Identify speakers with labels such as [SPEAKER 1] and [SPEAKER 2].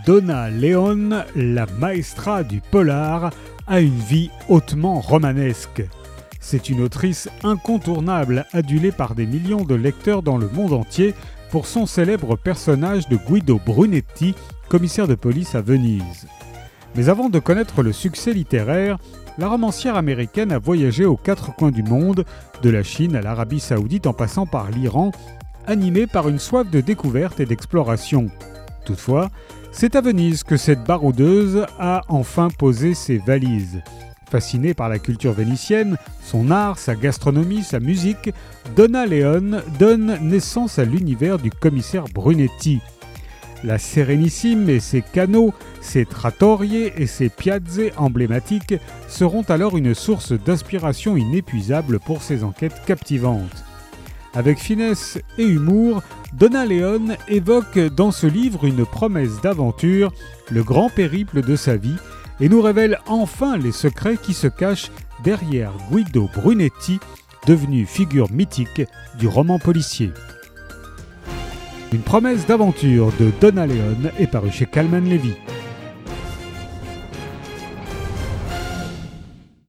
[SPEAKER 1] Donna Leon, la maestra du polar, a une vie hautement romanesque. C'est une autrice incontournable, adulée par des millions de lecteurs dans le monde entier pour son célèbre personnage de Guido Brunetti, commissaire de police à Venise. Mais avant de connaître le succès littéraire, la romancière américaine a voyagé aux quatre coins du monde, de la Chine à l'Arabie Saoudite en passant par l'Iran, animée par une soif de découverte et d'exploration. Toutefois, c'est à Venise que cette baroudeuse a enfin posé ses valises. Fascinée par la culture vénitienne, son art, sa gastronomie, sa musique, Donna Leon donne naissance à l'univers du commissaire Brunetti. La Sérénissime et ses canaux, ses trattorie et ses piazze emblématiques seront alors une source d'inspiration inépuisable pour ses enquêtes captivantes. Avec finesse et humour, Donna Leon évoque dans ce livre une promesse d'aventure, le grand périple de sa vie, et nous révèle enfin les secrets qui se cachent derrière Guido Brunetti, devenu figure mythique du roman policier. Une promesse d'aventure de Donna Leon est parue chez Calman Levy.